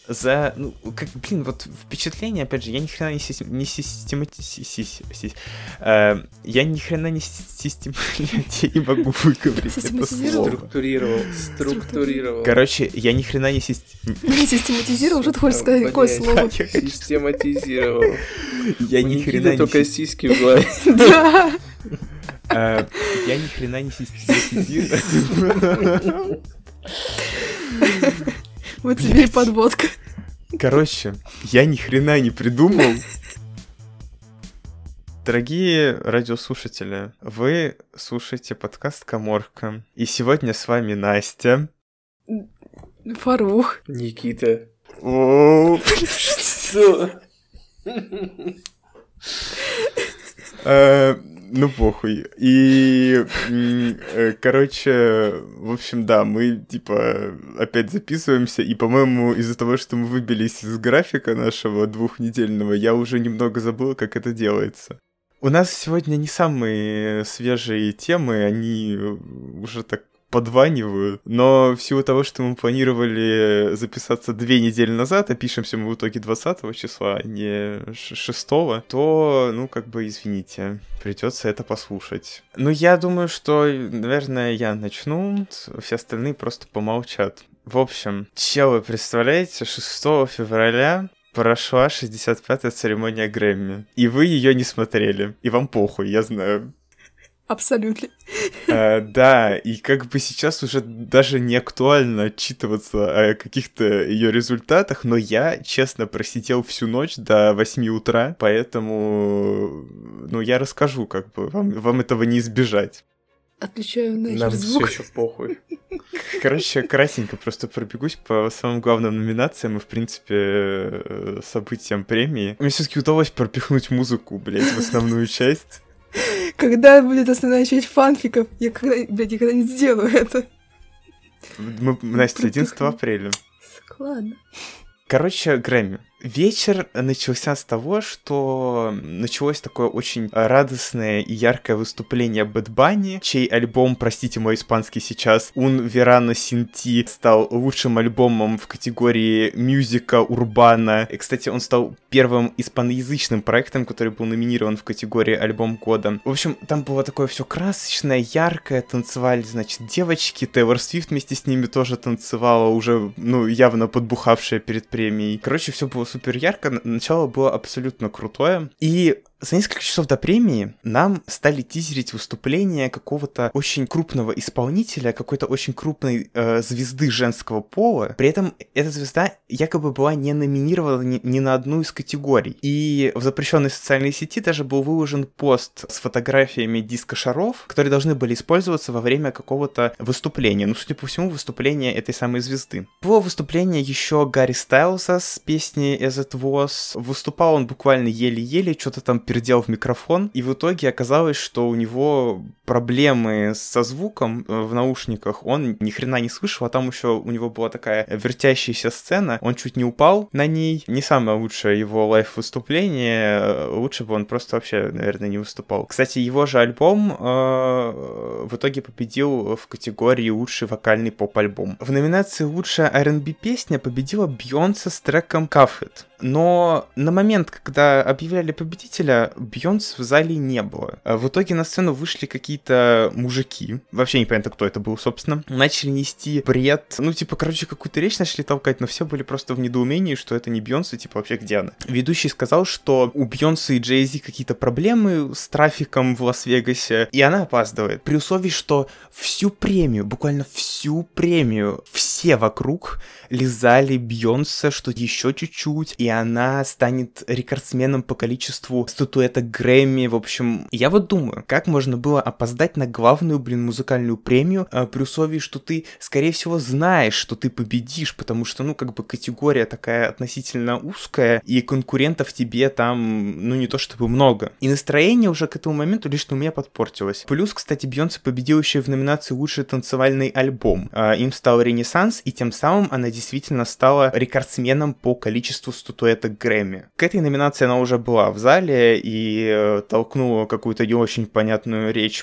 Ну, как, блин, вот впечатление, опять же, я ни хрена я ни хрена не я не могу выговорить это слово. Структурировал. Короче, я ни хрена не систематизировал, что ты хочешь сказать, какое слово? Систематизировал. Я ни хрена не... только сиськи в голове. Да. Я ни хрена не систематизировал. Вот тебе и подводка. Короче, я ни хрена не придумал. Дорогие радиослушатели, вы слушаете подкаст «Каморка». И сегодня с вами Настя. Фарух. Никита. Что? Ну, похуй. И, короче, в общем, да, мы, типа, опять записываемся, и, по-моему, из-за того, что мы выбились из графика нашего двухнедельного, я уже немного забыл, как это делается. У нас сегодня не самые свежие темы, они уже так подванивают, но в силу того, что мы планировали записаться 2 недели назад, а пишемся мы в итоге 20 числа, а не 6, то, ну, как бы, извините, придется это послушать. Ну, я думаю, что, наверное, я начну, все остальные просто помолчат. В общем, челы, представляете, 6 февраля прошла 65-я церемония Грэмми, и вы ее не смотрели, и вам похуй, я знаю. Абсолютно. Да, и как бы сейчас уже даже не актуально отчитываться о каких-то ее результатах, но я, честно, просидел всю ночь до 8 утра, поэтому, ну, я расскажу, как бы, вам этого не избежать. Отключаю Нам звук. все еще похуй. Короче, красненько просто пробегусь по самым главным номинациям и, в принципе, событиям премии. Мне все-таки удалось пропихнуть музыку, блядь, в основную часть. Когда будет основная часть фанфиков? Я никогда не сделаю это. Настя, 11 апреля. Ладно. Короче, Грэмми. Вечер начался с того, что началось такое очень радостное и яркое выступление Бэд Банни, чей альбом, простите мой испанский сейчас, Un Verano Sin Ti, стал лучшим альбомом в категории мюзика урбана. И, кстати, он стал первым испаноязычным проектом, который был номинирован в категории альбом года. В общем, там было такое все красочное, яркое, танцевали, значит, девочки, Тейлор Свифт вместе с ними тоже танцевала, уже, ну, явно подбухавшая перед премией. Короче, все было супер ярко, начало было абсолютно крутое. И за несколько часов до премии нам стали тизерить выступление какого-то очень крупного исполнителя, какой-то очень крупной звезды женского пола. При этом эта звезда якобы была не номинирована ни на одну из категорий. И в запрещенной социальной сети даже был выложен пост с фотографиями диско-шаров, которые должны были использоваться во время какого-то выступления. Ну, судя по всему, выступление этой самой звезды. Было выступление еще Гарри Стайлза с песней As It Was. Выступал он буквально еле-еле, что-то там пердел в микрофон, и в итоге оказалось, что у него проблемы со звуком в наушниках, он ни хрена не слышал, а там еще у него была такая вертящаяся сцена, он чуть не упал на ней, не самое лучшее его лайв-выступление, лучше бы он просто вообще, наверное, не выступал. Кстати, его же альбом в итоге победил в категории лучший вокальный поп-альбом. В номинации лучшая R&B песня победила Бейонсе с треком Cuff It. Но на момент, когда объявляли победителя, Бейонсе в зале не было. В итоге на сцену вышли какие-то мужики, вообще непонятно, кто это был, собственно, начали нести бред, ну, типа, короче, какую-то речь начали толкать, но все были просто в недоумении, что это не Бейонсе, типа, вообще где она? Ведущий сказал, что у Бейонсе и Джей-Зи какие-то проблемы с трафиком в Лас-Вегасе, и она опаздывает. При условии, что всю премию, буквально всю премию, все вокруг лизали Бейонсе, что еще чуть-чуть, и она станет рекордсменом по количеству статуэток Грэмми. В общем, я вот думаю, как можно было опоздать на главную, музыкальную премию, при условии, что ты, скорее всего, знаешь, что ты победишь, потому что, ну, как бы категория такая относительно узкая, и конкурентов тебе там, ну, не то чтобы много. И настроение уже к этому моменту лично у меня подпортилось. Плюс, кстати, Бейонсе победила еще и в номинации «Лучший танцевальный альбом». Им стал «Ренессанс», и тем самым она действительно стала рекордсменом по количеству статуэток Грэмми. К этой номинации она уже была в зале, и толкнула какую-то не очень понятную речь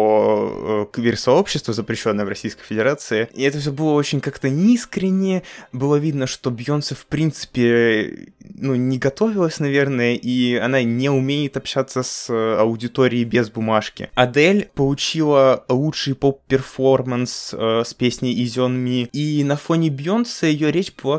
про квир-сообщество, запрещенное в Российской Федерации. И это все было очень как-то неискренне. Было видно, что Бейонсе, в принципе, не готовилась, наверное, и она не умеет общаться с аудиторией без бумажки. Адель получила лучший поп-перформанс с песней Easy on Me, и на фоне Бейонсе ее речь была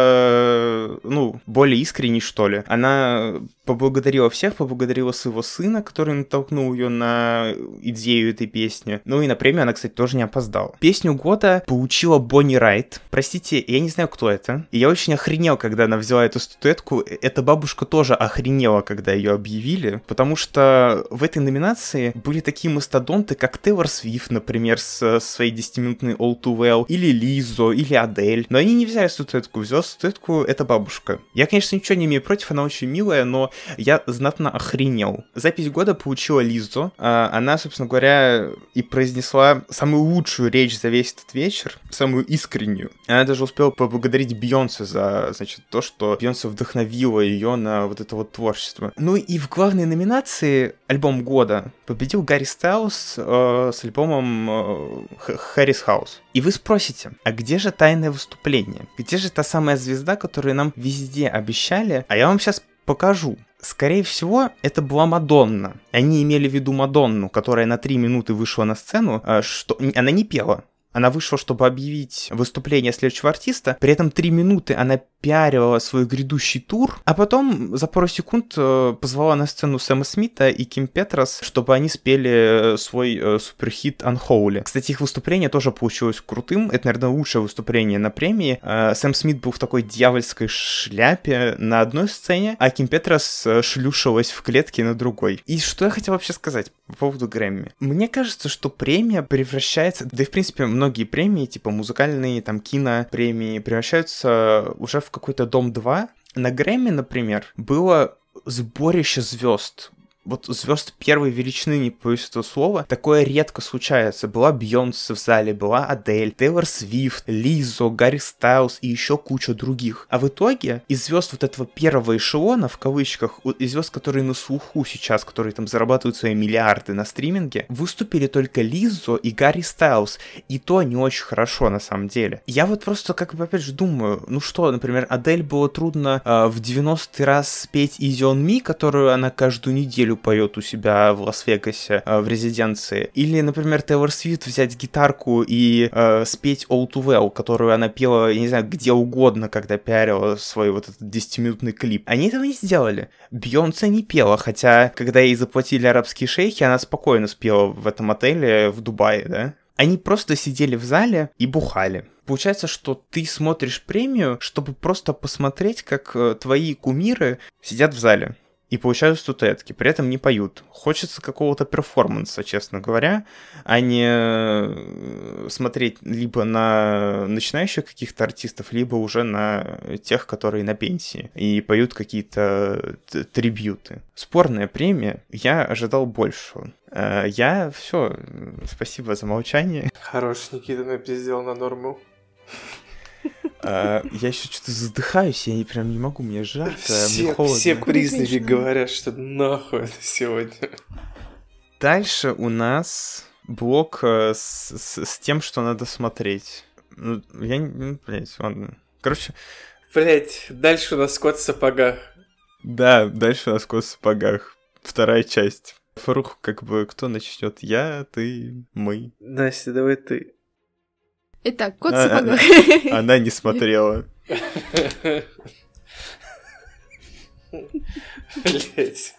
как-то, более искренней, что ли. Она поблагодарила всех, поблагодарила своего сына, который натолкнул ее на идею этой песни. Ну и на премию она, кстати, тоже не опоздала. Песню года получила Бонни Райт. Простите, я не знаю, кто это. И я очень охренел, когда она взяла эту статуэтку. Эта бабушка тоже охренела, когда ее объявили, потому что в этой номинации были такие мастодонты, как Тейлор Свифт, например, с своей 10-минутной All Too Well, или Лиззо, или Адель. Но они не взяли статуэтку. Взяла статуэтку эта бабушка. Я, конечно, ничего не имею против, она очень милая, но я знатно охренел. Запись года получила Лиззо. Она, собственно говоря, и произнесла самую лучшую речь за весь этот вечер, самую искреннюю. Она даже успела поблагодарить Бейонсе за, то, что Бейонсе вдохновила ее на вот это вот творчество. Ну и в главной номинации альбом года победил Гарри Стайлз с альбомом Harry's House. И вы спросите, а где же тайное выступление? Где же та самая звезда, которую нам везде обещали? А я вам сейчас покажу. Скорее всего, это была Мадонна. Они имели в виду Мадонну, которая на 3 минуты вышла на сцену, что она не пела. Она вышла, чтобы объявить выступление следующего артиста, при этом 3 минуты она пиарила свой грядущий тур, а потом за пару секунд позвала на сцену Сэма Смита и Ким Петрос, чтобы они спели свой суперхит Unholy. Кстати, их выступление тоже получилось крутым, это, наверное, лучшее выступление на премии. Сэм Смит был в такой дьявольской шляпе на одной сцене, а Ким Петрос шлюшилась в клетке на другой. И что я хотел вообще сказать по поводу Грэмми? Мне кажется, что премия превращается, да и в принципе многие премии, типа музыкальные, там кинопремии, превращаются уже в какой-то Дом-2. На Грэмми, например, было сборище звезд. Вот звезд первой величины, не боюсь этого слова, такое редко случается. Была Бейонсе в зале, была Адель, Тейлор Свифт, Лиззо, Гарри Стайлз и еще куча других. А в итоге из звезд вот этого первого эшелона, в кавычках, из звезд, которые на слуху сейчас, которые там зарабатывают свои миллиарды на стриминге, выступили только Лиззо и Гарри Стайлз. И то не очень хорошо на самом деле. Я вот просто, опять же, думаю, например, Адель было трудно в 90-й раз спеть Easy on Me, которую она каждую неделю поет у себя в Лас-Вегасе в резиденции. Или, например, Тейлор Свифт взять гитарку и спеть All Too Well, которую она пела, я не знаю, где угодно, когда пиарила свой вот этот 10-минутный клип. Они этого не сделали. Бейонсе не пела, хотя, когда ей заплатили арабские шейхи, она спокойно спела в этом отеле в Дубае, да? Они просто сидели в зале и бухали. Получается, что ты смотришь премию, чтобы просто посмотреть, как твои кумиры сидят в зале и получают статуэтки, при этом не поют. Хочется какого-то перформанса, честно говоря, а не смотреть либо на начинающих каких-то артистов, либо уже на тех, которые на пенсии и поют какие-то трибьюты. Спорная премия, я ожидал большего. Я все, спасибо за молчание. Хорош, Никита напиздел на норму. Я еще что-то задыхаюсь, я прям не могу, мне жарко, мне холодно. Все признаки говорят, что нахуй это сегодня. Дальше у нас блок с тем, что надо смотреть. Ладно. Короче... дальше у нас кот в сапогах. Да, дальше у нас кот в сапогах. Вторая часть. Фарух, кто начнет? Я, ты, мы. Настя, давай ты. Итак, кот в сапогах. Она не смотрела. Блять.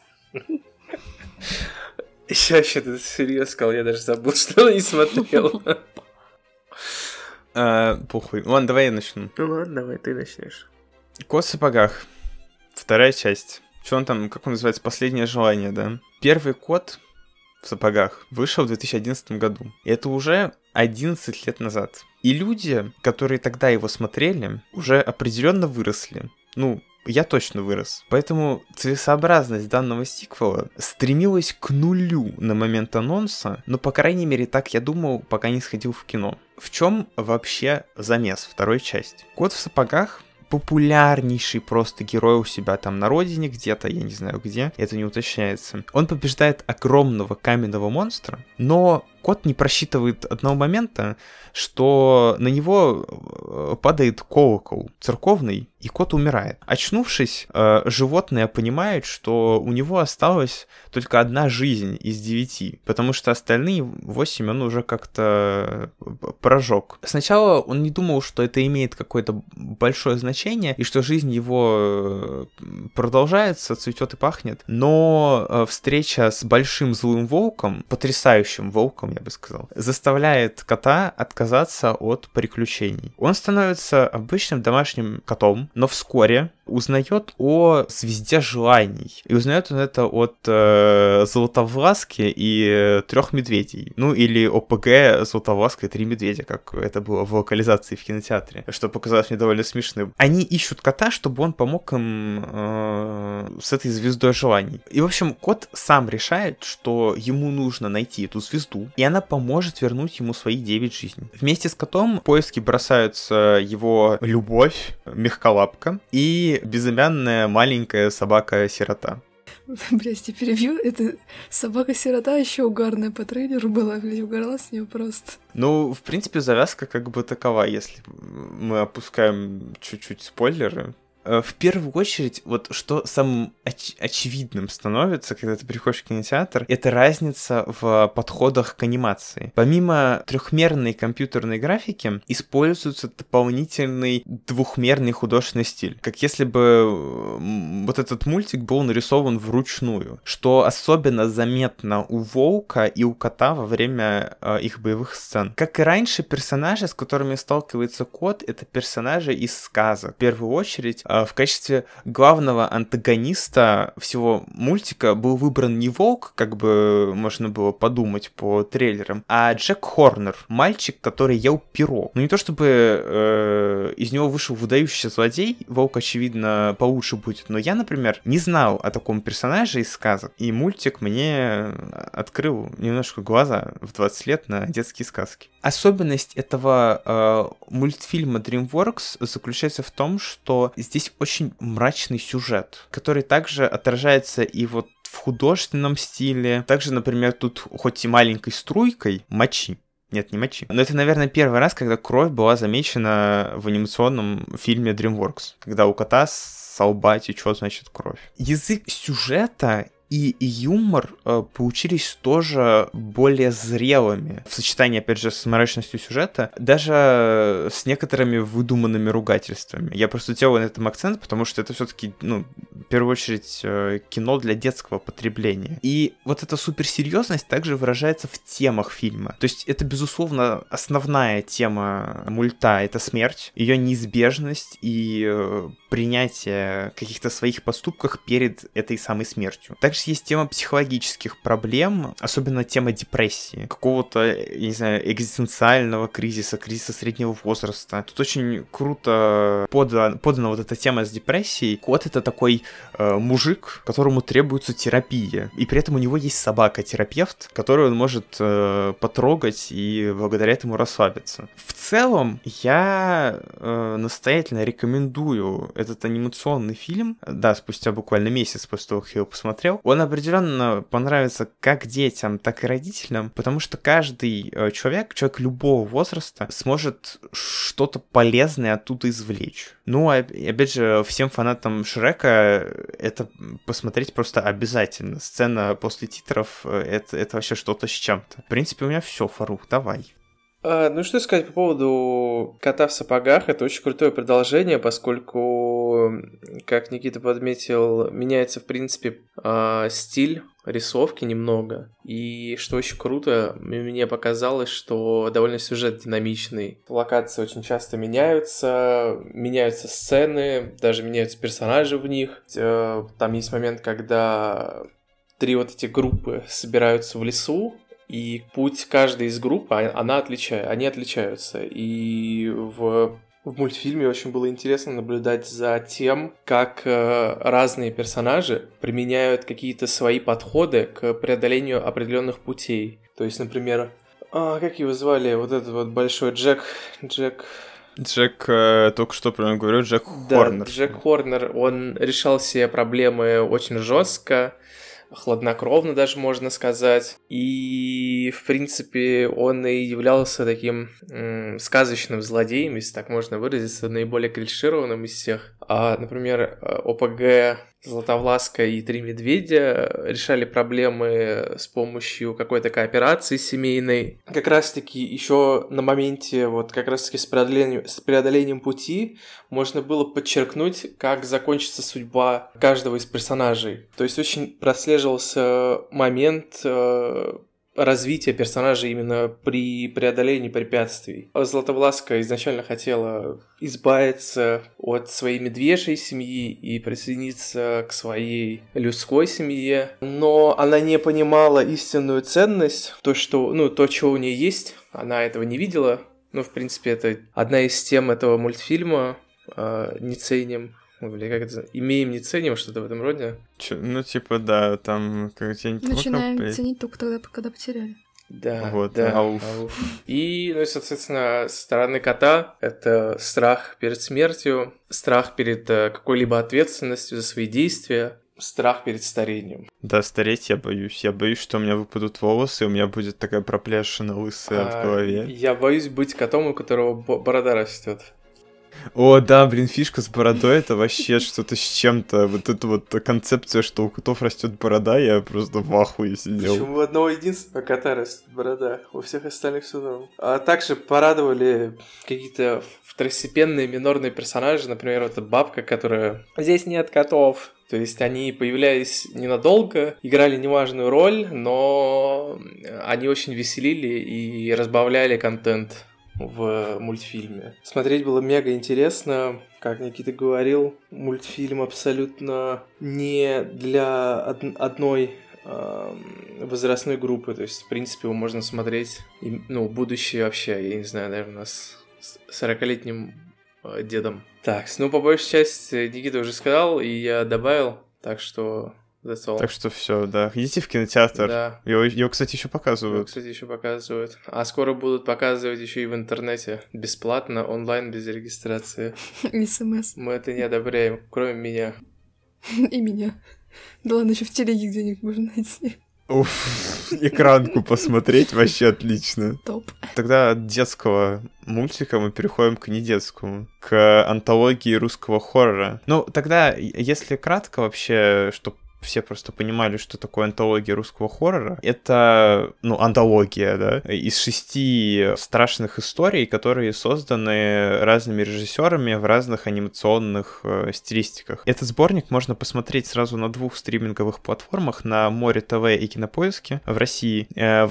Сейчас ты серьезно сказал, я даже забыл, что она не смотрела. Похуй. Ладно, давай я начну. Ну ладно, давай ты начнешь. Кот в сапогах. Вторая часть. Что он там, как он называется? Последнее желание, да? Первый кот в сапогах вышел в 2011 году. И это уже 11 лет назад. И люди, которые тогда его смотрели, уже определенно выросли. Я точно вырос. Поэтому целесообразность данного сиквела стремилась к нулю на момент анонса, но, по крайней мере, так я думал, пока не сходил в кино. В чем вообще замес второй части? Кот в сапогах популярнейший просто герой у себя там на родине где-то, я не знаю где, это не уточняется. Он побеждает огромного каменного монстра, но кот не просчитывает одного момента, что на него падает колокол церковный, и кот умирает. Очнувшись, животное понимает, что у него осталась только одна жизнь из 9, потому что остальные 8 он уже как-то прожег. Сначала он не думал, что это имеет какое-то большое значение, и что жизнь его продолжается, цветет и пахнет, но встреча с большим злым волком, потрясающим волком, я бы сказал, заставляет кота отказаться от приключений. Он становится обычным домашним котом, но вскоре узнает о звезде желаний. И узнает он это от Золотовласки и 3 медведей. Ну, или ОПГ Золотовласка и 3 медведя, как это было в локализации в кинотеатре, что показалось мне довольно смешным. Они ищут кота, чтобы он помог им с этой звездой желаний. И, в общем, кот сам решает, что ему нужно найти эту звезду, и она поможет вернуть ему свои 9 жизней. Вместе с котом в поиски бросаются его любовь, мягколапка, и безымянная маленькая собака-сирота. Блядь, я перебью. Это собака-сирота еще угарная по трейлеру была, блядь, угорала с нее просто. Ну, в принципе, завязка как бы такова, если мы опускаем чуть-чуть спойлеры. В первую очередь, вот что самым очевидным становится, когда ты приходишь в кинотеатр, это разница в подходах к анимации. Помимо трехмерной компьютерной графики, используется дополнительный двухмерный художественный стиль. Как если бы вот этот мультик был нарисован вручную, что особенно заметно у волка и у кота во время их боевых сцен. Как и раньше, персонажи, с которыми сталкивается кот, это персонажи из сказок. В первую очередь, в качестве главного антагониста всего мультика был выбран не волк, как бы можно было подумать по трейлерам, а Джек Хорнер, мальчик, который ел пирог. Ну не то чтобы из него вышел выдающийся злодей, волк, очевидно, получше будет, но я, например, не знал о таком персонаже из сказок, и мультик мне открыл немножко глаза в 20 лет на детские сказки. Особенность этого мультфильма DreamWorks заключается в том, что здесь очень мрачный сюжет, который также отражается и вот в художественном стиле. Также, например, тут хоть и маленькой струйкой мочи. Нет, не мочи. Но это, наверное, первый раз, когда кровь была замечена в анимационном фильме DreamWorks. Когда у кота со лба течет, значит, кровь. Язык сюжета и юмор получились тоже более зрелыми. В сочетании, опять же, с мрачностью сюжета, даже с некоторыми выдуманными ругательствами. Я просто делаю на этом акцент, потому что это все-таки, ну, в первую очередь, кино для детского потребления. И вот эта суперсерьезность также выражается в темах фильма. То есть это, безусловно, основная тема мульта — это смерть, ее неизбежность и принятие каких-то своих поступков перед этой самой смертью. Также есть тема психологических проблем, особенно тема депрессии, какого-то, я не знаю, экзистенциального кризиса, кризиса среднего возраста. Тут очень круто подана вот эта тема с депрессией. Кот — это такой мужик, которому требуется терапия, и при этом у него есть собака-терапевт, которую он может потрогать и благодаря этому расслабиться. В целом, я настоятельно рекомендую этот анимационный фильм. Да, спустя буквально месяц после того, как я его посмотрел. Он определенно понравится как детям, так и родителям, потому что каждый человек любого возраста сможет что-то полезное оттуда извлечь. Ну, опять же, всем фанатам Шрека это посмотреть просто обязательно. Сцена после титров — это вообще что-то с чем-то. В принципе, у меня все, Фарух, давай. Ну, что сказать по поводу «Кота в сапогах». Это очень крутое продолжение, поскольку, как Никита подметил, меняется, в принципе, стиль рисовки немного. И что очень круто, мне показалось, что довольно сюжет динамичный. Локации очень часто меняются сцены, даже меняются персонажи в них. Там есть момент, когда 3 вот эти группы собираются в лесу, и путь каждой из групп, они отличаются. И в мультфильме очень было интересно наблюдать за тем, как разные персонажи применяют какие-то свои подходы к преодолению определенных путей. То есть, например, как его звали, вот этот вот большой Джек Джек, только что про него говорю, Джек Да, Хорнер. Джек Хорнер, он решал все проблемы очень жестко, хладнокровно даже можно сказать. И, в принципе, он и являлся таким сказочным злодеем, если так можно выразиться, наиболее клишированным из всех. Например, ОПГ, Златовласка и Три медведя решали проблемы с помощью какой-то кооперации семейной. Как раз-таки еще на моменте вот как раз-таки с преодолением пути можно было подчеркнуть, как закончится судьба каждого из персонажей. То есть очень прослеживался момент развития персонажа именно при преодолении препятствий. Златовласка изначально хотела избавиться от своей медвежьей семьи и присоединиться к своей людской семье, но она не понимала истинную ценность, то, что у нее есть, она этого не видела. В принципе, это одна из тем этого мультфильма «Не ценим». Как это? Имеем, не ценим, что-то в этом роде. Да, там... Начинаем ценить только тогда, когда потеряли. Да, вот, да. ауф. И, соответственно, со стороны кота это страх перед смертью, страх перед какой-либо ответственностью за свои действия, страх перед старением. Да, стареть я боюсь. Я боюсь, что у меня выпадут волосы, и у меня будет такая проплешина лысая в голове. Я боюсь быть котом, у которого борода растет. О, да, блин, фишка с бородой — это вообще что-то с чем-то. Вот эта вот концепция, что у котов растет борода, я просто в ахуе сидел. Почему у одного единственного кота растет борода? У всех остальных все норм. А также порадовали какие-то второстепенные минорные персонажи. Например, эта бабка, которая... Здесь нет котов. То есть они появлялись ненадолго, играли неважную роль, но они очень веселили и разбавляли контент в мультфильме. Смотреть было мега интересно. Как Никита говорил, мультфильм абсолютно не для одной возрастной группы. То есть, в принципе, его можно смотреть, будущее вообще, я не знаю, наверное, с 40-летним дедом. Так, по большей части Никита уже сказал, и я добавил, так что... Так что все, да. Идите в кинотеатр. Да. Его, кстати, еще показывают. А скоро будут показывать еще и в интернете. Бесплатно, онлайн, без регистрации. СМС. Мы это не одобряем, кроме меня. И меня. Да ладно, еще в телеге где-нибудь можно найти. Уф, экранку посмотреть вообще отлично. Топ. Тогда от детского мультика мы переходим к недетскому, к антологии русского хоррора. Тогда, если кратко вообще, чтобы все просто понимали, что такое антология русского хоррора. Это, антология, да, из 6 страшных историй, которые созданы разными режиссерами в разных анимационных стилистиках. Этот сборник можно посмотреть сразу на 2 стриминговых платформах, на Море ТВ и Кинопоиске в России. В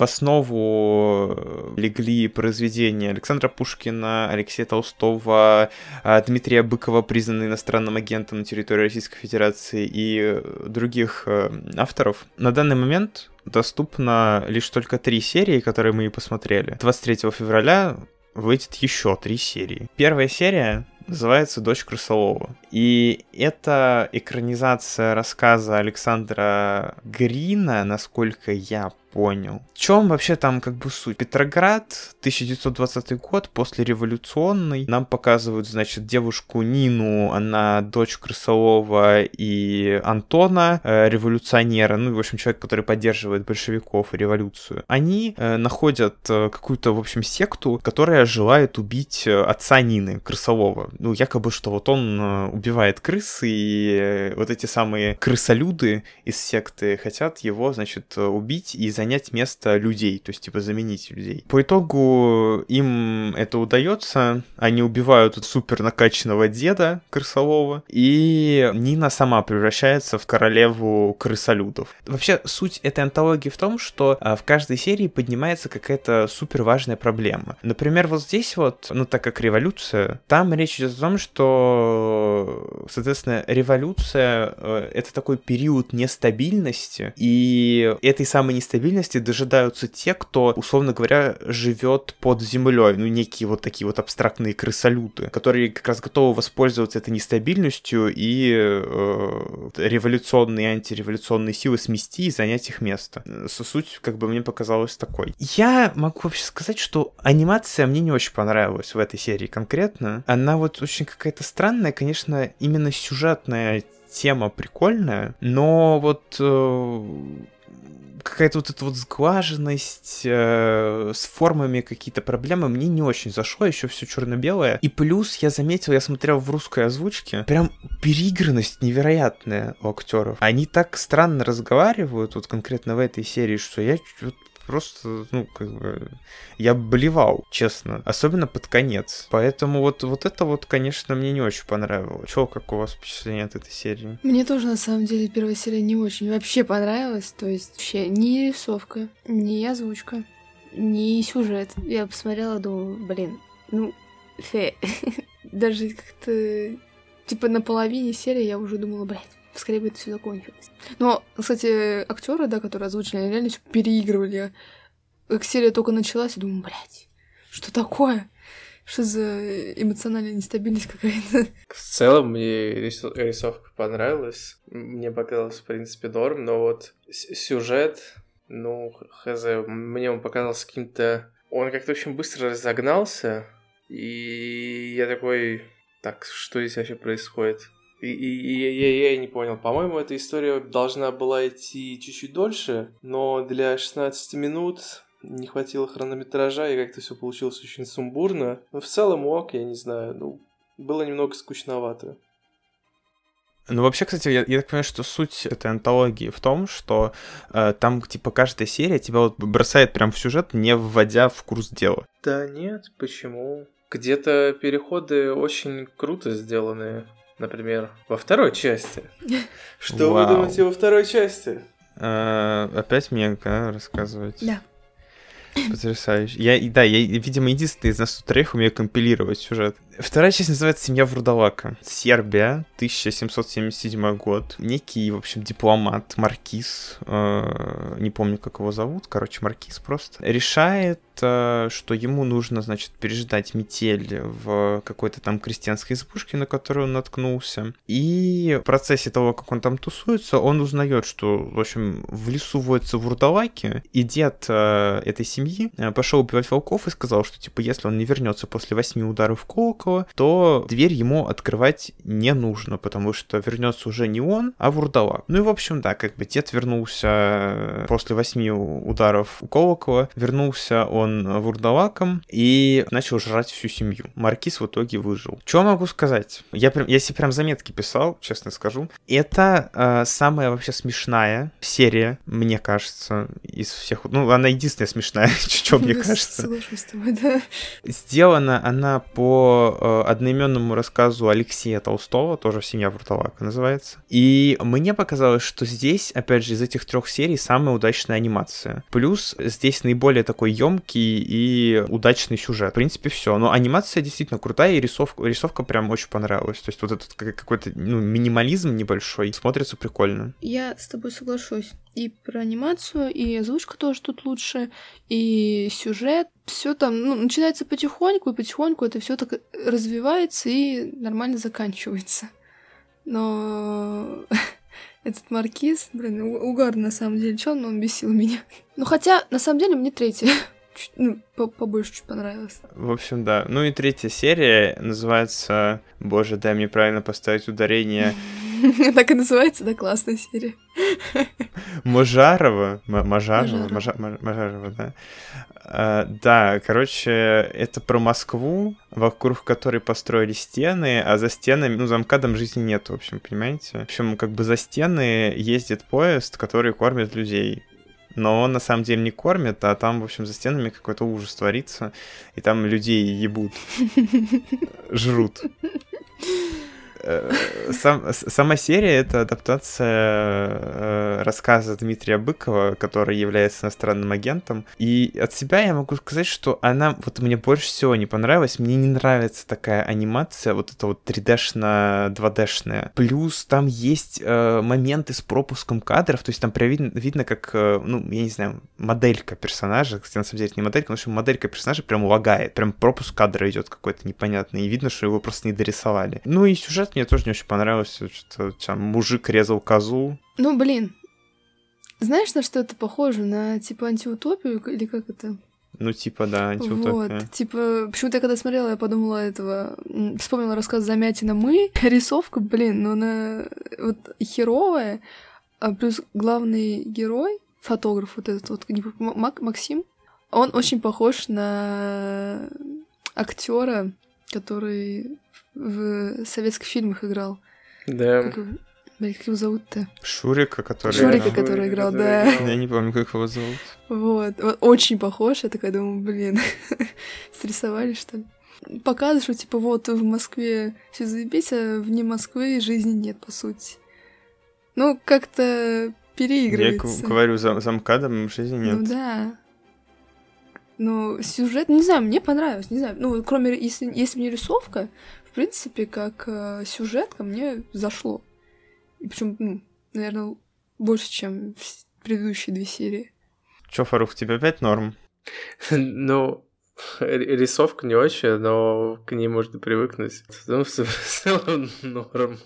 основу легли произведения Александра Пушкина, Алексея Толстого, Дмитрия Быкова, признанный иностранным агентом на территории Российской Федерации, и других авторов. На данный момент доступно лишь только 3 серии, которые мы и посмотрели. 23 февраля выйдет еще 3 серии. Первая серия называется «Дочь крысолова». И это экранизация рассказа Александра Грина, насколько я понял. В чем вообще там суть? Петроград, 1920 год, послереволюционный. Нам показывают, девушку Нину, она дочь Крысолова и Антона, революционера, в общем, человек, который поддерживает большевиков и революцию. Они находят какую-то, в общем, секту, которая желает убить отца Нины, Крысолова. Якобы, что вот он убивает крыс, и вот эти самые крысолюды из секты хотят его, убить и занять место людей, то есть, заменить людей. По итогу им это удается, они убивают супер накачанного деда крысолова, и Нина сама превращается в королеву крысолюдов. Вообще, суть этой антологии в том, что в каждой серии поднимается какая-то супер важная проблема. Например, вот здесь так как революция, там речь идет о том, что, соответственно, революция — это такой период нестабильности, и этой самой нестабильности нестабильности дожидаются те, кто, условно говоря, живет под землей, ну, некие вот такие вот абстрактные крысолюты, которые как раз готовы воспользоваться этой нестабильностью и революционные и антиреволюционные силы смести и занять их место. Суть, как бы, мне показалась такой. Я могу вообще сказать, что анимация мне не очень понравилась в этой серии конкретно. Она вот очень какая-то странная, конечно, именно сюжетная тема прикольная, но вот какая-то вот эта вот сглаженность с формами, какие-то проблемы мне не очень зашло, еще все черно-белое. И плюс я заметил, я смотрел в русской озвучке, прям переигранность невероятная у актеров. Они так странно разговаривают, вот конкретно в этой серии, что я вот просто, ну, как бы, я блевал, честно. Особенно под конец. Поэтому вот это вот, конечно, мне не очень понравилось. Чё, как у вас впечатление от этой серии? Мне тоже, на самом деле, первая серия не очень вообще понравилась. То есть вообще ни рисовка, ни озвучка, ни сюжет. Я посмотрела, думаю, блин, ну, даже как-то, типа, на половине серии я уже думала, блядь, скорее бы это все закончилось. Но, кстати, актеры, да, которые озвучили, они реально все переигрывали. Как серия только началась, я думаю, блядь, что такое? Что за эмоциональная нестабильность какая-то? В целом, мне рисовка понравилась. Мне показалось, в принципе, норм, но вот сюжет, ну, хз, мне он показался каким-то... Он как-то очень быстро разогнался, и я такой, так, что здесь вообще происходит? И я не понял. По-моему, эта история должна была идти чуть-чуть дольше, но для 16 минут не хватило хронометража, и как-то все получилось очень сумбурно. Но в целом ок, я не знаю, ну, было немного скучновато. Ну, вообще, кстати, я так понимаю, что суть этой антологии в том, что там, типа, каждая серия тебя вот бросает прям в сюжет, не вводя в курс дела. Да нет, почему? Где-то переходы очень круто сделаны. Например, во второй части. Что вы думаете во второй части? Опять мне рассказывать? Да. Потрясающе. Я, видимо, единственный из нас тут троих умею компилировать сюжет. Вторая часть называется «Семья Вурдалака». Сербия, 1777 год. Некий, в общем, дипломат, маркиз, не помню, как его зовут, короче, маркиз просто, решает, что ему нужно, значит, переждать метель в какой-то там крестьянской избушке, на которую он наткнулся. И в процессе того, как он там тусуется, он узнает, что, в общем, в лесу водятся вурдалаки, и дед этой семьи пошел убивать волков и сказал, что, типа, если он не вернется после 8 ударов колокола, то дверь ему открывать не нужно, потому что вернется уже не он, а вурдалак. Ну и, в общем, да, как бы дед вернулся после 8 ударов колокола, вернулся он вурдалаком и начал жрать всю семью. Маркиз в итоге выжил. Что могу сказать? Я себе прям заметки писал, честно скажу. Это самая вообще смешная серия, мне кажется, из всех... Ну, она единственная смешная, что мне кажется. Соглашусь с тобой, да. Сделана она по одноименному рассказу Алексея Толстого, тоже «Семья Вурдалака» называется. И мне показалось, что здесь, опять же, из этих 3 серий самая удачная анимация. Плюс здесь наиболее такой ёмкий и удачный сюжет. В принципе, все. Но анимация действительно крутая, и рисовка прям очень понравилась. То есть вот этот какой-то минимализм небольшой смотрится прикольно. Я с тобой соглашусь. И про анимацию, и озвучка тоже тут лучше, и сюжет. Все там, начинается потихоньку, и потихоньку это все так развивается и нормально заканчивается. Но этот маркиз, блин, угарный на самом деле чел, но он бесил меня. Ну хотя, на самом деле, мне третья побольше чуть понравилось. В общем, да. Ну и 3 серия называется... Боже, дай мне правильно поставить ударение... Так и называется, да, классная серия. Можарова, да. Да, короче, это про Москву, вокруг которой построили стены, а за стенами, за МКАДом жизни нет, в общем, понимаете? В общем, как бы за стены ездит поезд, который кормит людей. Но он на самом деле не кормит, а там, в общем, за стенами какой-то ужас творится, и там людей ебут, жрут. Сама серия — это адаптация рассказа Дмитрия Быкова, который является иностранным агентом. И от себя я могу сказать, что она вот мне больше всего не понравилась. Мне не нравится такая анимация, вот эта вот 3D-2D-шная. Плюс там есть моменты с пропуском кадров, то есть там прям видно как, ну, я не знаю, моделька персонажа, кстати, на самом деле это не моделька, но в общем моделька персонажа прям лагает, прям пропуск кадра идет какой-то непонятный, и видно, что его просто не дорисовали. Ну и сюжет мне тоже не очень понравился, что там мужик резал козу. Ну, блин, знаешь, на что это похоже? На, типа, антиутопию или как это? Ну, типа, да, антиутопия. Вот, типа, почему-то я когда смотрела, я подумала этого, вспомнила рассказ Замятина «Мы», рисовка, блин, но она вот херовая, а плюс главный герой, фотограф вот этот вот, Максим, он очень похож на актера, который в советских фильмах играл. Да. Как его зовут-то? Шурика, который играл, да. Я не помню, как его зовут. Вот, очень похож. Я такая думаю, блин, срисовали, что ли? Показывают, что, типа, вот в Москве все заебись, а вне Москвы жизни нет, по сути. Ну, как-то переигрывается. Я говорю, за МКАДом жизни нет. Ну, да. Ну, сюжет, не знаю, мне понравилось, не знаю. Ну, кроме, если мне рисовка, в принципе, как сюжетка, мне зашло. И причем, ну, наверное, больше, чем предыдущие 2 серии. Чё, Фарух, тебе опять норм? Ну, рисовка не очень, но к ней можно привыкнуть. Ну, в целом норм.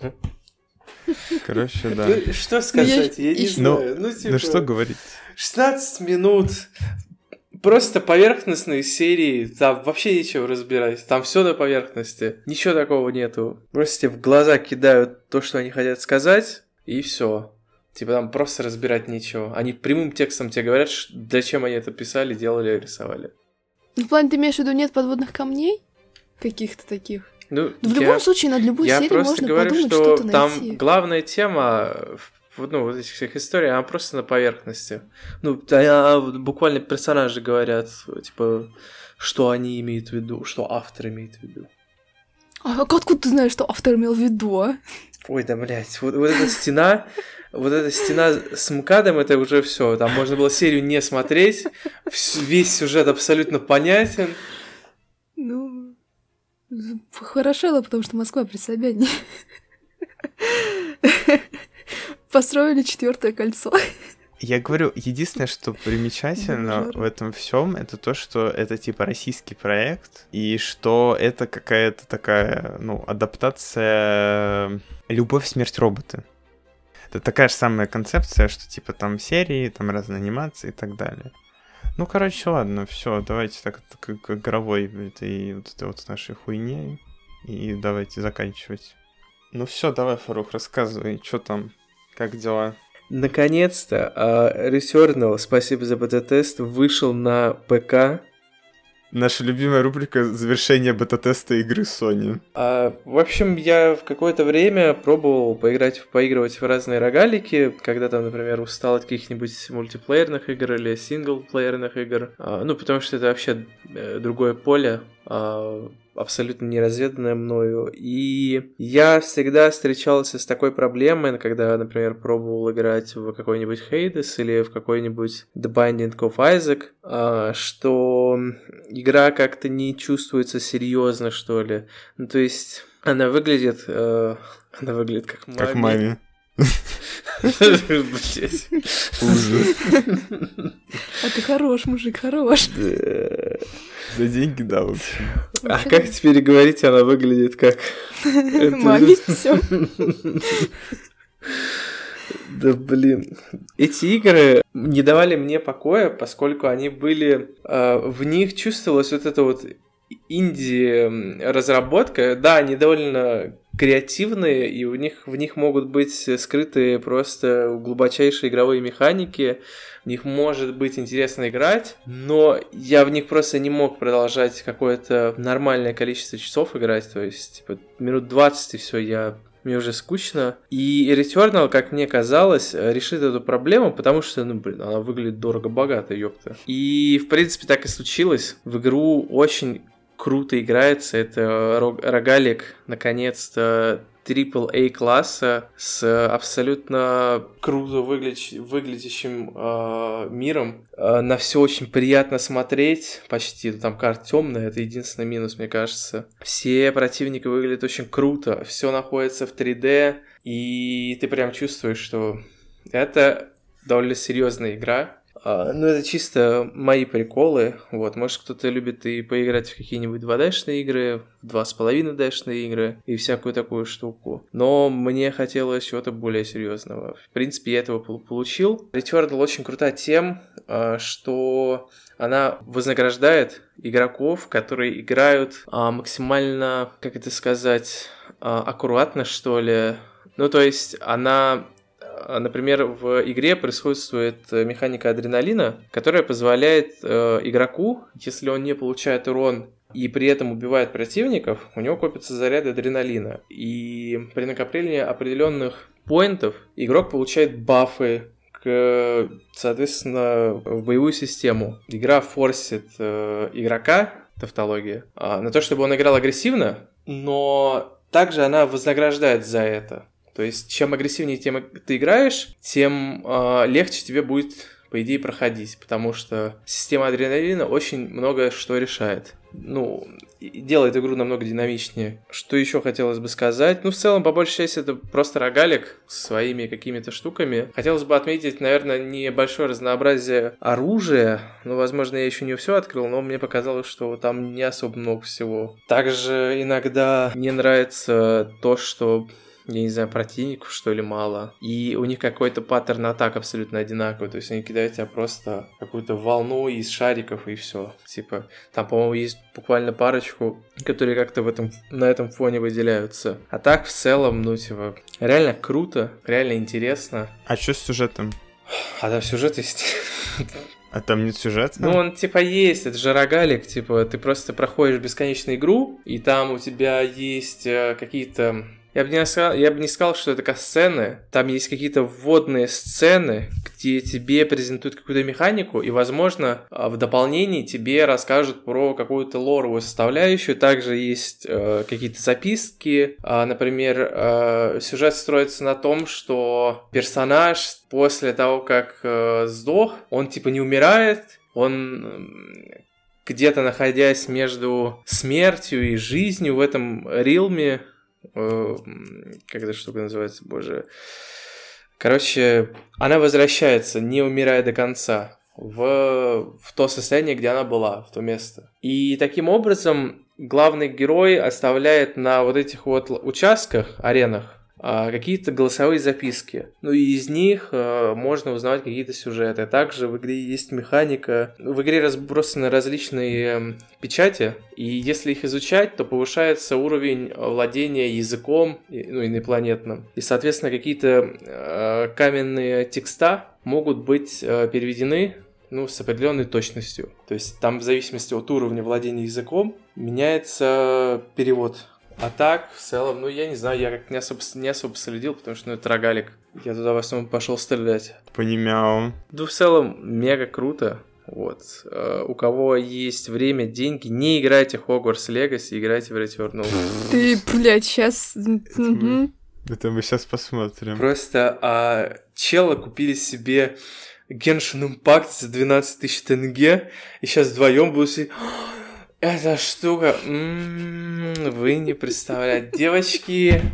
Короче, да. Ну, что сказать, я не знаю. Ну, типа, что говорить? 16 минут... Просто поверхностные серии, там вообще нечего разбирать, там все на поверхности, ничего такого нету. Просто тебе в глаза кидают то, что они хотят сказать, и все. Типа там просто разбирать нечего. Они прямым текстом тебе говорят, зачем они это писали, делали, рисовали. Ну, в плане, ты имеешь в виду, нет подводных камней? Каких-то таких? Ну, в любом случае, над любой серией можно подумать, что-то найти. Там главная вот этих всех историй, она просто на поверхности. Ну, буквально персонажи говорят, типа, что они имеют в виду, что автор имеет в виду. А откуда ты знаешь, что автор имел в виду, а? Ой, да, блядь, вот эта стена с МКАДом, это уже все. Там можно было серию не смотреть, весь сюжет абсолютно понятен. Ну, хорошо, потому что Москва при Собянине. Построили 4-е кольцо. Я говорю, единственное, что примечательно в этом всем, это то, что это типа российский проект, и что это какая-то такая, ну, адаптация «Любовь, смерть, роботы». Это такая же самая концепция, что типа там серии, там разные анимации и так далее. Ну, короче, ладно, все, давайте так к игровой этой вот нашей хуйне, и давайте заканчивать. Ну все, давай, Фарух, рассказывай, что там, как дела? Наконец-то Returnal, спасибо за бета-тест, вышел на ПК. Наша любимая рубрика «Завершение бета-теста игры Sony». В общем, я в какое-то время пробовал поигрывать в разные рогалики, когда там, например, устал от каких-нибудь мультиплеерных игр или синглплеерных игр. Ну, потому что это вообще другое поле, абсолютно неразведанное мною. И я всегда встречался с такой проблемой, когда, например, пробовал играть в какой-нибудь Hades или в какой-нибудь The Binding of Isaac, что игра как-то не чувствуется серьезно, что ли. Ну, то есть она выглядит как маме. Как маме. Блять. Ужас. А ты хорош, мужик, хорош. За деньги, да, в общем. А как теперь говорить, она выглядит как... Маме все. Да блин. Эти игры не давали мне покоя, поскольку они были... В них чувствовалась вот эта вот инди-разработка. Да, они довольно креативные, и в них могут быть скрытые просто глубочайшие игровые механики, в них может быть интересно играть, но я в них просто не мог продолжать какое-то нормальное количество часов играть, то есть типа, минут 20 и все, мне уже скучно. И Returnal, как мне казалось, решит эту проблему, потому что, она выглядит дорого-богато, ёпта. И, в принципе, так и случилось. В игру очень круто играется, это рогалик, наконец-то AAA класса с абсолютно круто выглядящим миром. На все очень приятно смотреть, почти. Там карта темная, это единственный минус, мне кажется. Все противники выглядят очень круто, все находится в 3D, и ты прям чувствуешь, что это довольно серьезная игра. Ну, это чисто мои приколы. Вот, может, кто-то любит и поиграть в какие-нибудь 2D-шные игры, в 2,5D-шные игры и всякую такую штуку. Но мне хотелось чего-то более серьезного. В принципе, я этого получил. Returnal очень крута тем, что она вознаграждает игроков, которые играют максимально, как это сказать, аккуратно, что ли. Ну, то есть, она... Например, в игре присутствует механика адреналина, которая позволяет игроку, если он не получает урон и при этом убивает противников, у него копятся заряды адреналина. И при накоплении определенных поинтов игрок получает бафы, соответственно, в боевую систему. Игра форсит игрока, тавтология, на то, чтобы он играл агрессивно, но также она вознаграждает за это. То есть, чем агрессивнее ты играешь, тем легче тебе будет, по идее, проходить, потому что система адреналина очень много что решает. Ну, делает игру намного динамичнее. Что еще хотелось бы сказать? Ну, в целом, по большей части, это просто рогалик со своими какими-то штуками. Хотелось бы отметить, наверное, небольшое разнообразие оружия. Ну, возможно, я еще не все открыл, но мне показалось, что там не особо много всего. Также иногда мне нравится то, что... я не знаю, противников, что ли, мало. И у них какой-то паттерн атак абсолютно одинаковый. То есть они кидают тебя просто какую-то волну из шариков и все. Типа, там, по-моему, есть буквально парочку, которые как-то на этом фоне выделяются. А так, в целом, ну, типа, реально круто, реально интересно. А что с сюжетом? А там сюжет есть. А там нет сюжета? Ну, он, типа, есть, это же рогалик, типа, ты просто проходишь бесконечную игру, и там у тебя есть какие-то... Я бы не сказал, что это катсцены. Там есть какие-то вводные сцены, где тебе презентуют какую-то механику, и, возможно, в дополнении тебе расскажут про какую-то лоровую составляющую. Также есть какие-то записки. Например, сюжет строится на том, что персонаж после того, как сдох, он типа не умирает, он... где-то находясь между смертью и жизнью в этом рилме, как эта штука называется, боже. Короче, она возвращается, не умирая до конца, в то состояние, где она была, в то место. И таким образом главный герой оставляет на вот этих вот участках, аренах, какие-то голосовые записки. Ну и из них можно узнавать какие-то сюжеты. Также в игре есть механика. В игре разбросаны различные печати, и если их изучать, то повышается уровень владения языком, ну, инопланетным. И, соответственно, какие-то каменные текста могут быть переведены, ну, с определенной точностью. То есть там в зависимости от уровня владения языком меняется перевод. А так, в целом, ну, я не знаю, я как-то не особо следил, потому что, ну, это рогалик. Я туда в основном пошел стрелять. Понимаю. Ну, в целом, мега круто. Вот. У кого есть время, деньги, не играйте в Hogwarts Legacy, играйте в Returnal. Ты, блядь, сейчас... Это мы сейчас посмотрим. Просто челы купили себе Genshin Impact за 12 тысяч тенге, и сейчас вдвоем будут сидеть... Эта штука, вы не представляете. Девочки,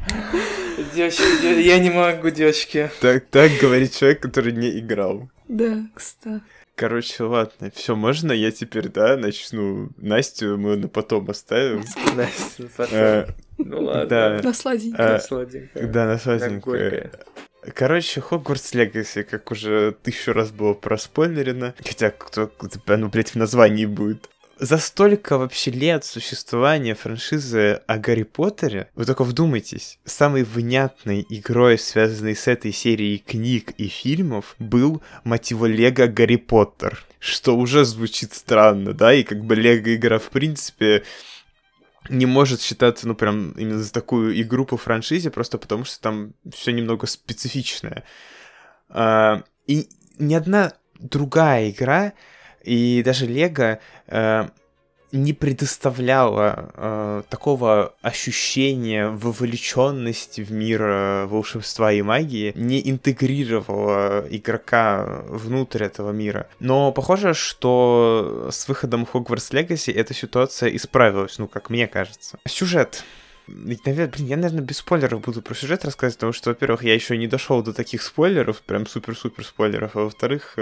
я не могу, девочки. Так говорит человек, который не играл. Да, кстати. Короче, ладно, все, можно я теперь, да, начну? Настю мы на потом оставим. Настю на потом. Ну ладно. На сладенькое. Да, на сладенькое. Короче, Hogwarts Legacy, как уже 1000 раз было проспойлерено, хотя ну, блядь, в названии будет. За столько вообще лет существования франшизы о Гарри Поттере, вы только вдумайтесь, самой внятной игрой, связанной с этой серией книг и фильмов, был, мать его, Лего Гарри Поттер. Что уже звучит странно, да, и как бы Лего-игра, в принципе, не может считаться, ну, прям именно за такую игру по франшизе, просто потому что там все немного специфичное. И ни одна другая игра, и даже Лего не предоставляла такого ощущения вовлеченности в мир волшебства и магии, не интегрировала игрока внутрь этого мира. Но похоже, что с выходом Hogwarts Legacy эта ситуация исправилась, ну, как мне кажется. Сюжет. Я, наверное, без спойлеров буду про сюжет рассказывать, потому что, во-первых, я еще не дошел до таких спойлеров, прям супер-супер спойлеров, а во-вторых,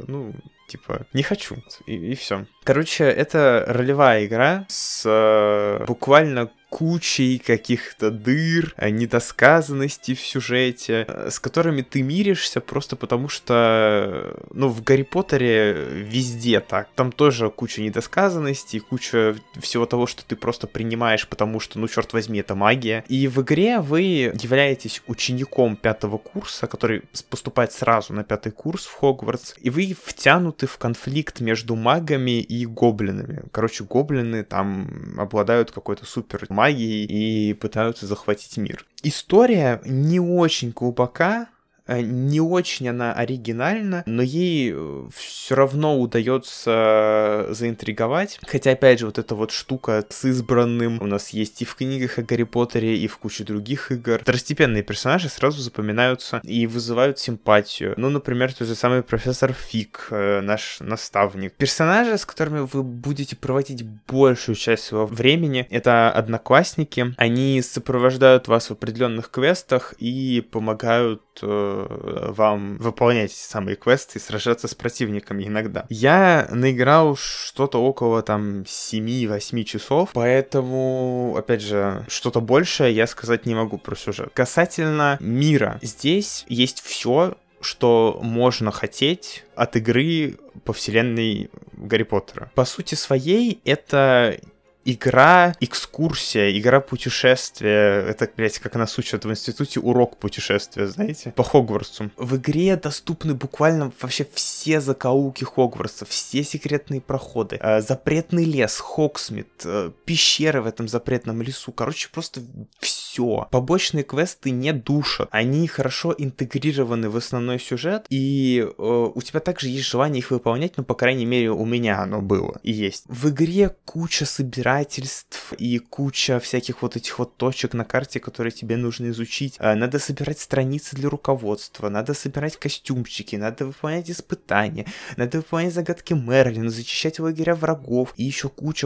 не хочу, и все. Короче, это ролевая игра с буквально кучей каких-то дыр, недосказанностей в сюжете, с которыми ты миришься просто потому, что, в Гарри Поттере везде так. Там тоже куча недосказанностей, куча всего того, что ты просто принимаешь, потому что, черт возьми, это магия. И в игре вы являетесь учеником 5-го курса, который поступает сразу на 5-й курс в Хогвартс, и вы втянуты в конфликт между магами и гоблинами. Короче, гоблины там обладают какой-то супер магией и пытаются захватить мир. История не очень глубока, не очень она оригинальна, но ей все равно удается заинтриговать. Хотя, опять же, вот эта вот штука с избранным у нас есть и в книгах о Гарри Поттере, и в куче других игр. Второстепенные персонажи сразу запоминаются и вызывают симпатию. Например, тот же самый профессор Фиг, наш наставник. Персонажи, с которыми вы будете проводить большую часть своего времени, это одноклассники. Они сопровождают вас в определенных квестах и помогают вам выполнять самые квесты и сражаться с противниками иногда. Я наиграл что-то около 7-8 часов, поэтому, опять же, что-то большее я сказать не могу про сюжет. Касательно мира, здесь есть все, что можно хотеть от игры по вселенной Гарри Поттера. По сути своей, это экскурсия, игра путешествия. Это, как нас учат в институте, урок путешествия, знаете, по Хогвартсу. В игре доступны буквально вообще все закоулки Хогвартса, все секретные проходы, запретный лес, Хогсмит, пещеры в этом запретном лесу. Короче, просто все. Побочные квесты не душат. Они хорошо интегрированы в основной сюжет, и у тебя также есть желание их выполнять, по крайней мере, у меня оно было и есть. В игре куча собирательств и куча всяких вот этих вот точек на карте, которые тебе нужно изучить. Надо собирать страницы для руководства, надо собирать костюмчики, надо выполнять испытания, надо выполнять загадки Мерлина, зачищать лагеря врагов и еще куча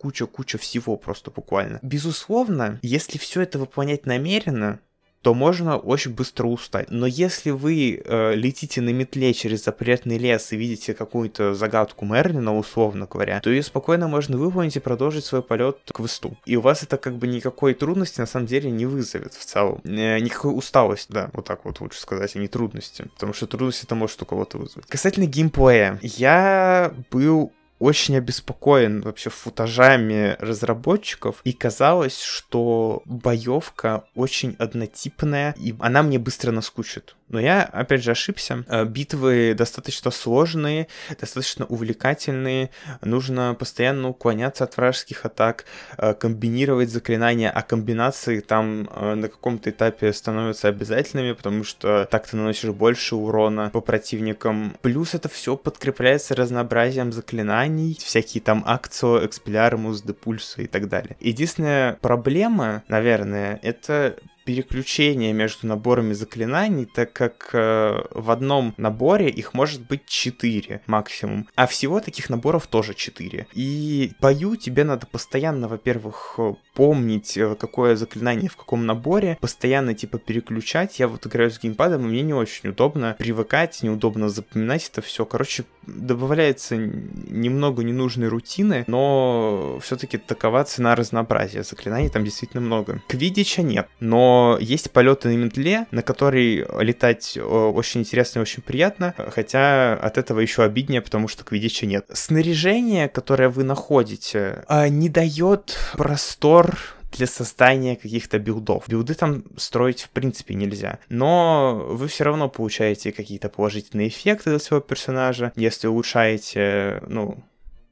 всего просто буквально. Безусловно, если все это выполнять намеренно, то можно очень быстро устать. Но если вы летите на метле через запретный лес и видите какую-то загадку Мерлина, условно говоря, то ее спокойно можно выполнить и продолжить свой полет к квесту. И у вас это никакой трудности на самом деле не вызовет в целом. Никакой усталости, да, вот так вот лучше сказать, а не трудности. Потому что трудности это может у кого-то вызвать. Касательно геймплея. Я был очень обеспокоен вообще футажами разработчиков, и казалось, что боевка очень однотипная, и она мне быстро наскучит. Но я, опять же, ошибся. Битвы достаточно сложные, достаточно увлекательные, нужно постоянно уклоняться от вражеских атак, комбинировать заклинания, а комбинации там на каком-то этапе становятся обязательными, потому что так ты наносишь больше урона по противникам. Плюс это все подкрепляется разнообразием заклинаний, всякие там Акцио, Экспеллиармус, Депульсо и так далее. Единственная проблема, наверное, это переключение между наборами заклинаний, так как в одном наборе их может быть 4 максимум, а всего таких наборов тоже 4. И в бою тебе надо постоянно, во-первых, помнить, какое заклинание в каком наборе, постоянно переключать. Я вот играю с геймпадом, и мне не очень удобно привыкать, неудобно запоминать это все. Короче, добавляется немного ненужной рутины, но все-таки такова цена разнообразия. Заклинаний там действительно много. Квиддича нет, но есть полеты на метле, на который летать очень интересно и очень приятно, хотя от этого еще обиднее, потому что квиддича нет. Снаряжение, которое вы находите, не дает простор для создания каких-то билдов. Билды там строить в принципе нельзя, но вы все равно получаете какие-то положительные эффекты для своего персонажа, если улучшаете,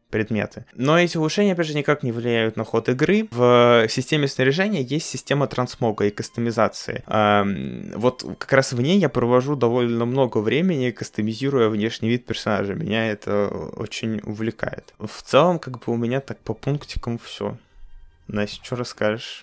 предметы. Но эти улучшения, опять же, никак не влияют на ход игры. В системе снаряжения есть система трансмога и кастомизации. Вот как раз в ней я провожу довольно много времени, кастомизируя внешний вид персонажа. Меня это очень увлекает. В целом, как бы у меня так по пунктикам все. Настя, что расскажешь?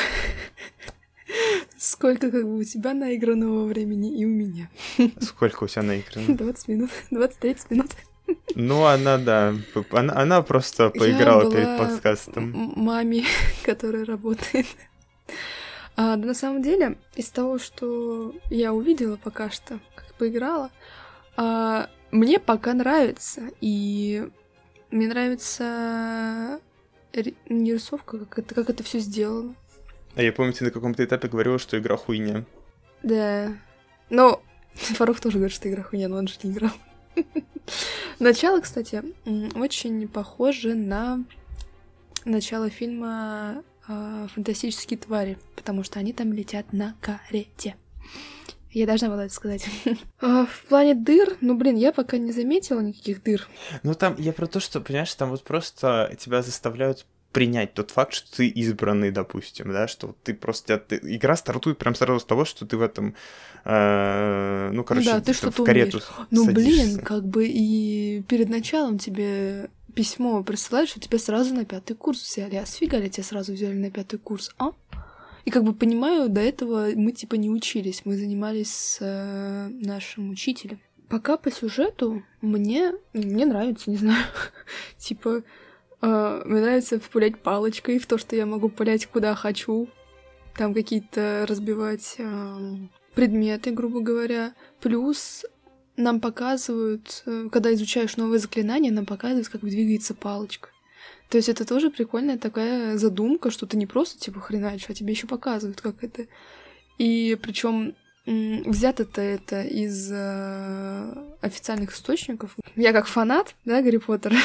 Сколько как бы у тебя наигранного времени и у меня? Сколько у тебя наиграно? 20 минут, 20-30 минут. Ну, она, да, она просто поиграла перед подкастом. Маме, которая работает. Да, на самом деле, из того, что я увидела пока что, как поиграла, мне пока нравится. И мне нравится не рисовка, как это все сделано. А я помню, ты на каком-то этапе говорила, что игра хуйня. Да. Но Фарух тоже говорит, что игра хуйня, но он же не играл. Начало, кстати, очень похоже на начало фильма «Фантастические твари», потому что они там летят на карете. Я должна была это сказать. В плане дыр, я пока не заметила никаких дыр. Ну, там, я про то, что, понимаешь, там вот просто тебя заставляют принять тот факт, что ты избранный, допустим, да, что ты просто... игра стартует прям сразу с того, что ты в этом, да, ты что-то в карету садишься. Как бы и перед началом тебе письмо присылают, что тебя сразу на 5-й курс взяли. А сфига ли тебя сразу взяли на 5-й курс, а? И как бы понимаю, до этого мы типа не учились, мы занимались с нашим учителем. Пока по сюжету мне нравится, не знаю, типа... Мне нравится пулять палочкой в то, что я могу пулять куда хочу. Там какие-то разбивать предметы, грубо говоря. Плюс нам показывают, когда изучаешь новые заклинания, нам показывают, как двигается палочка. То есть это тоже прикольная такая задумка, что ты не просто типа хреначишь, а тебе еще показывают, как это. И причем взято-то это из официальных источников. Я как фанат, да, Гарри Поттера,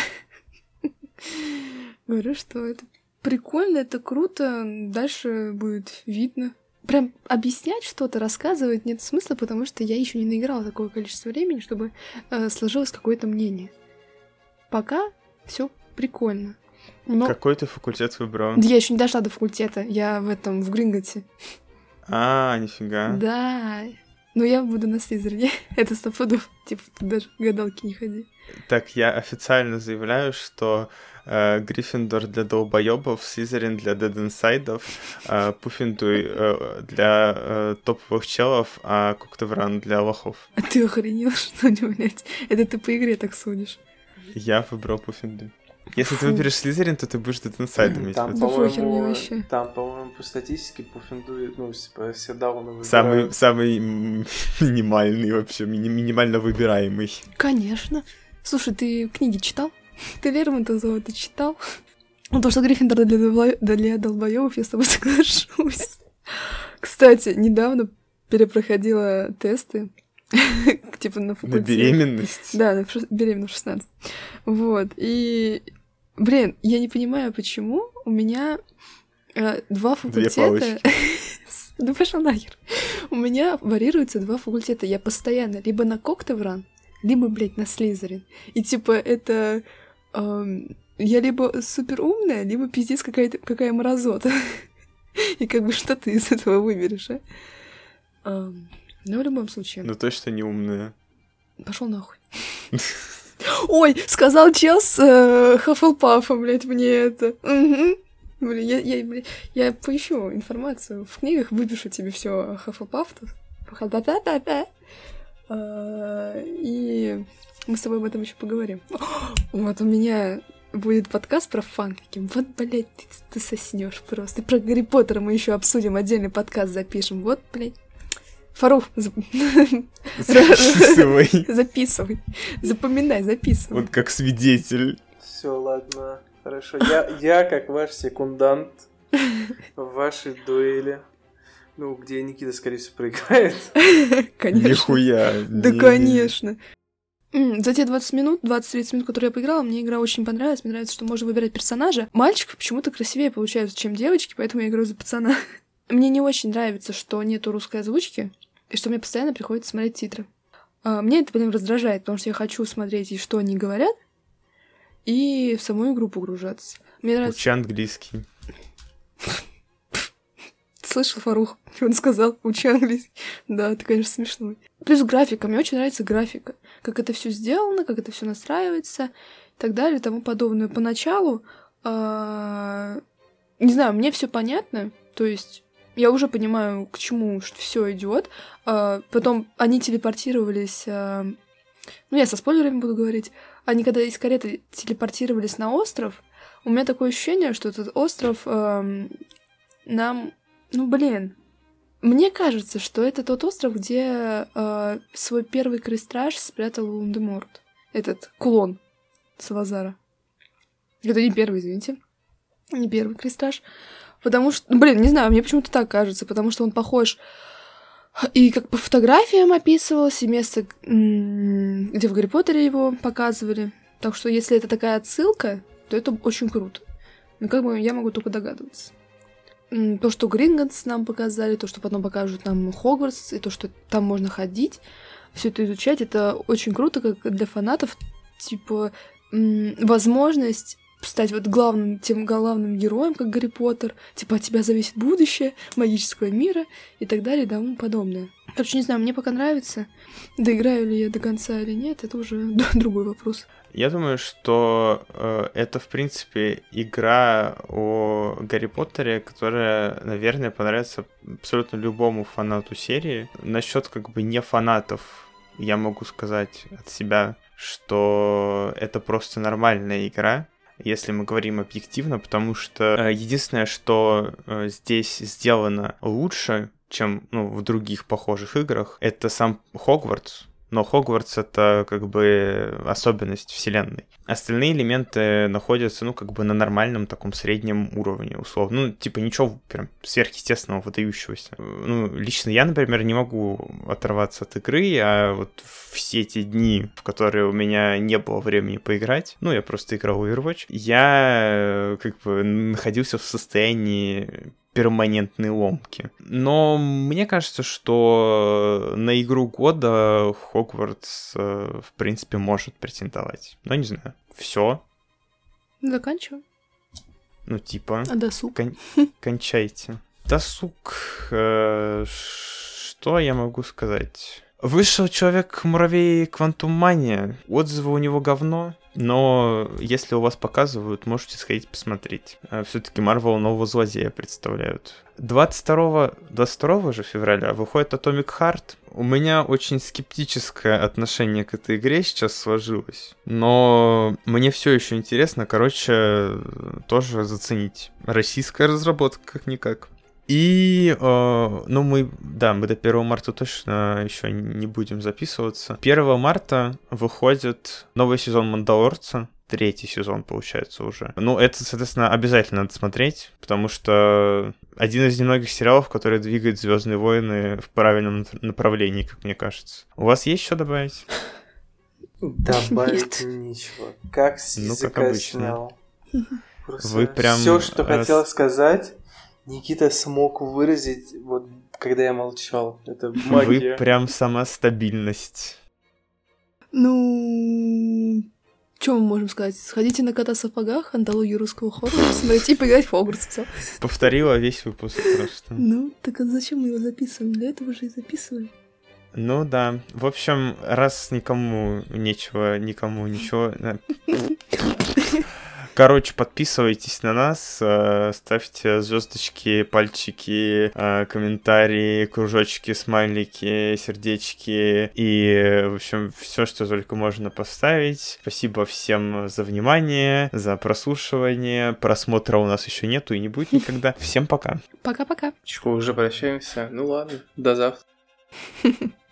говорю, что это прикольно, это круто, дальше будет видно. Прям объяснять что-то, рассказывать нет смысла, потому что я еще не наиграла такое количество времени, чтобы сложилось какое-то мнение. Пока все прикольно. Но... Какой ты факультет выбрал? Я еще не дошла до факультета, я в Гринготте. Нифига. Да, но я буду на Слизерине, это стопудов, типа даже гадалки не ходи. Так, я официально заявляю, что Гриффиндор для долбоёбов, Слизерин для дединсайдов, Пуффендуй для топовых челов, а Коктевран для лохов. А ты охренел, что ли, блядь? Это ты по игре так судишь. Я выбрал Пуффендуй. Если ты выберешь Слизерин, то ты будешь дединсайдом. Там, по-моему, по статистике Пуффендуй, все дауны выбирают. Самый минимальный вообще, минимально выбираемый. Конечно. Слушай, ты книги читал? Ты Лермонтова читал? Ну, то, что Гриффиндор для долбоёбов, я с тобой соглашусь. Кстати, недавно перепроходила тесты, типа на факультете. На беременность? Да, на беременность 16. Вот, и... Блин, я не понимаю, почему у меня 2 факультета... Да пошёл нахер. У меня варьируются 2 факультета. Я постоянно либо на Коктевран, либо, блядь, на Слизерин. И типа это... я либо супер умная, либо пиздец какая мразота. И как бы что ты из этого выберешь, а? Но в любом случае... Ну точно не умная. Пошёл нахуй. Ой, сказал чел с Хаффлпафа, блядь, мне это. Угу. Блин, я поищу информацию. В книгах выпишу тебе все Хаффлпаф. И мы с тобой об этом еще поговорим. Вот у меня будет подкаст про фанфики. Вот, блядь, ты соснешь просто. И про Гарри Поттера мы еще обсудим, отдельный подкаст запишем. Вот, блядь. Фарух, записывай. Запоминай, записывай. Вот как свидетель. Все, ладно, хорошо. Я как ваш секундант в вашей дуэли. Ну, где Никита, скорее всего, проиграет. Конечно. Нихуя. Да, конечно. За те 20-30 минут, которые я поиграла, мне игра очень понравилась. Мне нравится, что можно выбирать персонажа. Мальчик почему-то красивее получается, чем девочки, поэтому я играю за пацана. Мне не очень нравится, что нету русской озвучки, и что мне постоянно приходится смотреть титры. Мне это, блин, раздражает, потому что я хочу смотреть, и что они говорят, и в саму игру погружаться. Мне нравится... Учи английский. Слышал, Фарух, он сказал, учи английский. Да, это, конечно, смешно. Плюс графика. Мне очень нравится графика. Как это все сделано, как это все настраивается и так далее, и тому подобное. Поначалу, не знаю, мне все понятно. То есть я уже понимаю, к чему все идет. Потом они телепортировались... я со спойлерами буду говорить. Они когда из кареты телепортировались на остров, у меня такое ощущение, что этот остров нам... Мне кажется, что это тот остров, где свой первый крестраж спрятал Волан-де-Морт. Этот кулон Салазара. Это не первый, извините. Не первый крестраж. Потому что, не знаю, мне почему-то так кажется, потому что он похож и как по фотографиям описывалось, и место, где в Гарри Поттере его показывали. Так что если это такая отсылка, то это очень круто. Но я могу только догадываться. То, что Гринготс нам показали, то, что потом покажут нам Хогвартс, и то, что там можно ходить, все это изучать, это очень круто, как для фанатов, возможность стать тем главным героем, как Гарри Поттер, от тебя зависит будущее магического мира и так далее и тому подобное. Короче, не знаю, мне пока нравится. Доиграю ли я до конца или нет, это уже другой вопрос. Я думаю, что это, в принципе, игра о Гарри Поттере, которая, наверное, понравится абсолютно любому фанату серии. Насчет не фанатов я могу сказать от себя, что это просто нормальная игра, если мы говорим объективно, потому что единственное, что здесь сделано лучше, чем в других похожих играх, это сам Хогвартс. Но Хогвартс — это особенность вселенной. Остальные элементы находятся, на нормальном таком среднем уровне, условно. Ничего прям сверхъестественного, выдающегося. Лично я, например, не могу оторваться от игры, а все эти дни, в которые у меня не было времени поиграть, я просто играл в Overwatch, я находился в состоянии перманентной ломки. Но мне кажется, что на игру года Хогвартс, в принципе, может претендовать. Но не знаю. Все. Заканчиваем. А досуг? Кончайте. Досуг. Что я могу сказать? Вышел Человек-муравей Квантум Мания. Отзывы у него говно. Но если у вас показывают, можете сходить посмотреть. Все-таки Marvel нового злодея представляют. 22 февраля выходит Atomic Heart. У меня очень скептическое отношение к этой игре сейчас сложилось. Но мне все еще интересно, тоже заценить. Российская разработка, как-никак. И, мы до 1 марта точно еще не будем записываться. 1 марта выходит новый сезон Мандалорца, 3-й сезон, получается, уже. Это, соответственно, обязательно надо смотреть, потому что один из немногих сериалов, который двигает «Звездные войны» в правильном направлении, как мне кажется. У вас есть что добавить? Добавить нечего. Как с языка снял. Вы прям... Все, что хотел сказать... Никита смог выразить, когда я молчал. Это магия. Вы прям сама стабильность. Что мы можем сказать? Сходите на «Кота в сапогах», антологию русского хоррора, посмотрите и поиграть в Хогвартс. Всё. Повторила весь выпуск просто. Так а зачем мы его записываем? Для этого же и записываем. Да. В общем, раз никому ничего... Подписывайтесь на нас, ставьте звездочки, пальчики, комментарии, кружочки, смайлики, сердечки и, в общем, все, что только можно поставить. Спасибо всем за внимание, за прослушивание. Просмотра у нас еще нету и не будет никогда. Всем пока. Пока-пока. Уже прощаемся. Ладно, до завтра.